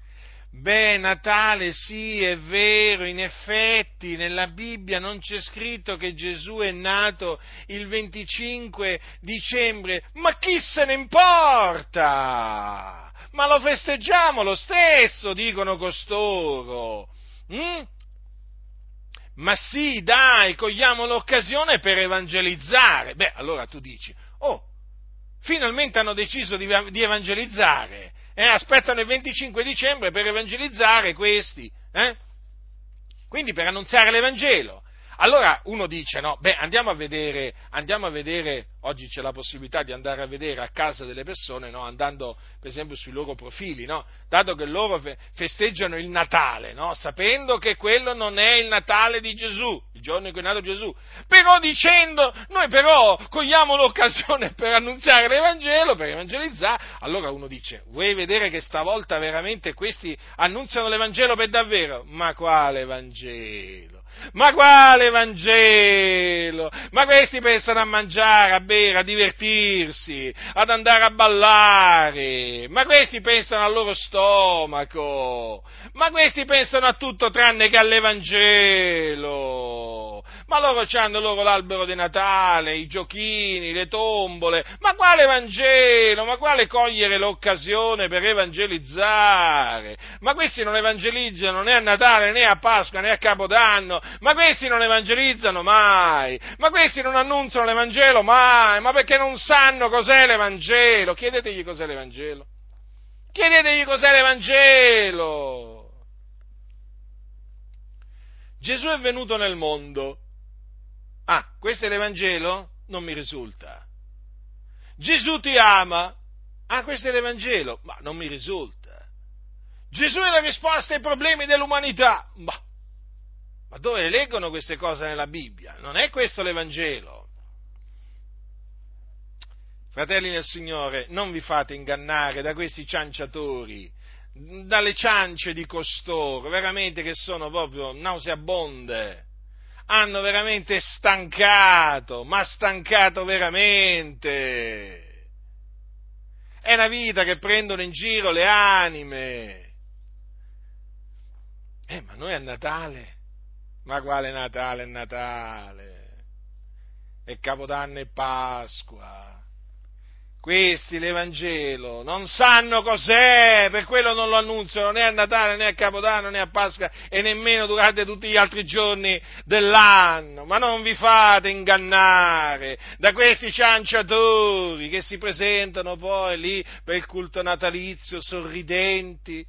Beh, Natale sì, è vero, in effetti nella Bibbia non c'è scritto che Gesù è nato il 25 dicembre, ma chi se ne importa? Ma lo festeggiamo lo stesso, dicono costoro. Mm? Ma sì, dai, cogliamo l'occasione per evangelizzare. Beh, allora tu dici, oh, finalmente hanno deciso di evangelizzare, aspettano il 25 dicembre per evangelizzare questi, quindi per annunziare l'Evangelo. Allora uno dice, no, beh, andiamo a vedere, oggi c'è la possibilità di andare a vedere a casa delle persone, no, andando per esempio sui loro profili, no, dato che loro festeggiano il Natale, no, sapendo che quello non è il Natale di Gesù, il giorno in cui è nato Gesù, però dicendo, noi però cogliamo l'occasione per annunziare l'Evangelo, per evangelizzare, allora uno dice, vuoi vedere che stavolta veramente questi annunziano l'Evangelo per davvero? Ma quale Vangelo? Ma quale Vangelo? Ma questi pensano a mangiare, a bere, a divertirsi, ad andare a ballare, ma questi pensano al loro stomaco, ma questi pensano a tutto tranne che all'Evangelo. Ma loro hanno loro l'albero di Natale, i giochini, le tombole, ma quale Vangelo? Ma quale cogliere l'occasione per evangelizzare? Ma questi non evangelizzano né a Natale, né a Pasqua, né a Capodanno, ma questi non evangelizzano mai, ma questi non annunziano l'Evangelo mai, ma perché non sanno cos'è l'Evangelo? Chiedetegli cos'è l'Evangelo. Chiedetegli cos'è l'Evangelo. Gesù è venuto nel mondo. Ah, questo è l'Evangelo? Non mi risulta. Gesù ti ama? Ah, questo è l'Evangelo? Ma non mi risulta. Gesù è la risposta ai problemi dell'umanità? Ma dove le leggono queste cose nella Bibbia? Non è questo l'Evangelo. Fratelli nel Signore, non vi fate ingannare da questi cianciatori, dalle ciance di costoro, veramente che sono proprio nauseabonde. Hanno veramente stancato, ma stancato veramente. È una vita che prendono in giro le anime. Ma noi a Natale? Ma quale Natale è Natale? È Capodanno e Pasqua. Questi l'Evangelo non sanno cos'è, per quello non lo annunziano né a Natale, né a Capodanno, né a Pasqua e nemmeno durante tutti gli altri giorni dell'anno. Ma non vi fate ingannare da questi cianciatori che si presentano poi lì per il culto natalizio sorridenti.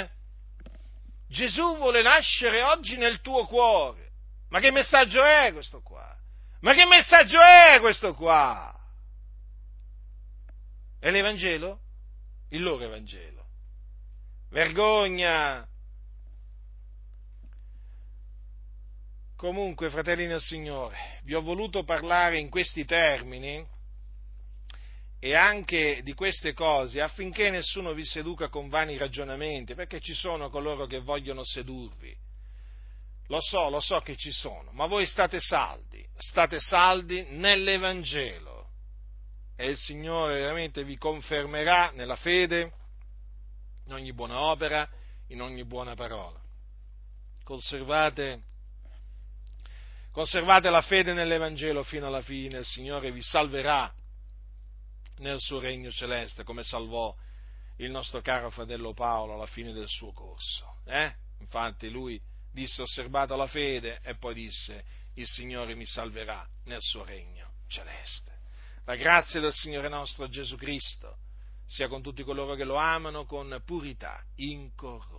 Gesù vuole nascere oggi nel tuo cuore. Ma che messaggio è questo qua? Ma che messaggio è questo qua? È l'Evangelo? Il loro Evangelo. Vergogna! Comunque, fratelli nel Signore, vi ho voluto parlare in questi termini e anche di queste cose affinché nessuno vi seduca con vani ragionamenti, perché ci sono coloro che vogliono sedurvi. Lo so che ci sono, ma voi state saldi nell'Evangelo. E il Signore veramente vi confermerà nella fede, in ogni buona opera, in ogni buona parola. Conservate la fede nell'Evangelo fino alla fine, il Signore vi salverà nel suo regno celeste, come salvò il nostro caro fratello Paolo alla fine del suo corso. Infatti lui disse: osservata la fede, e poi disse: il Signore mi salverà nel suo regno celeste. La grazia del Signore nostro Gesù Cristo sia con tutti coloro che lo amano con purità incorrotta.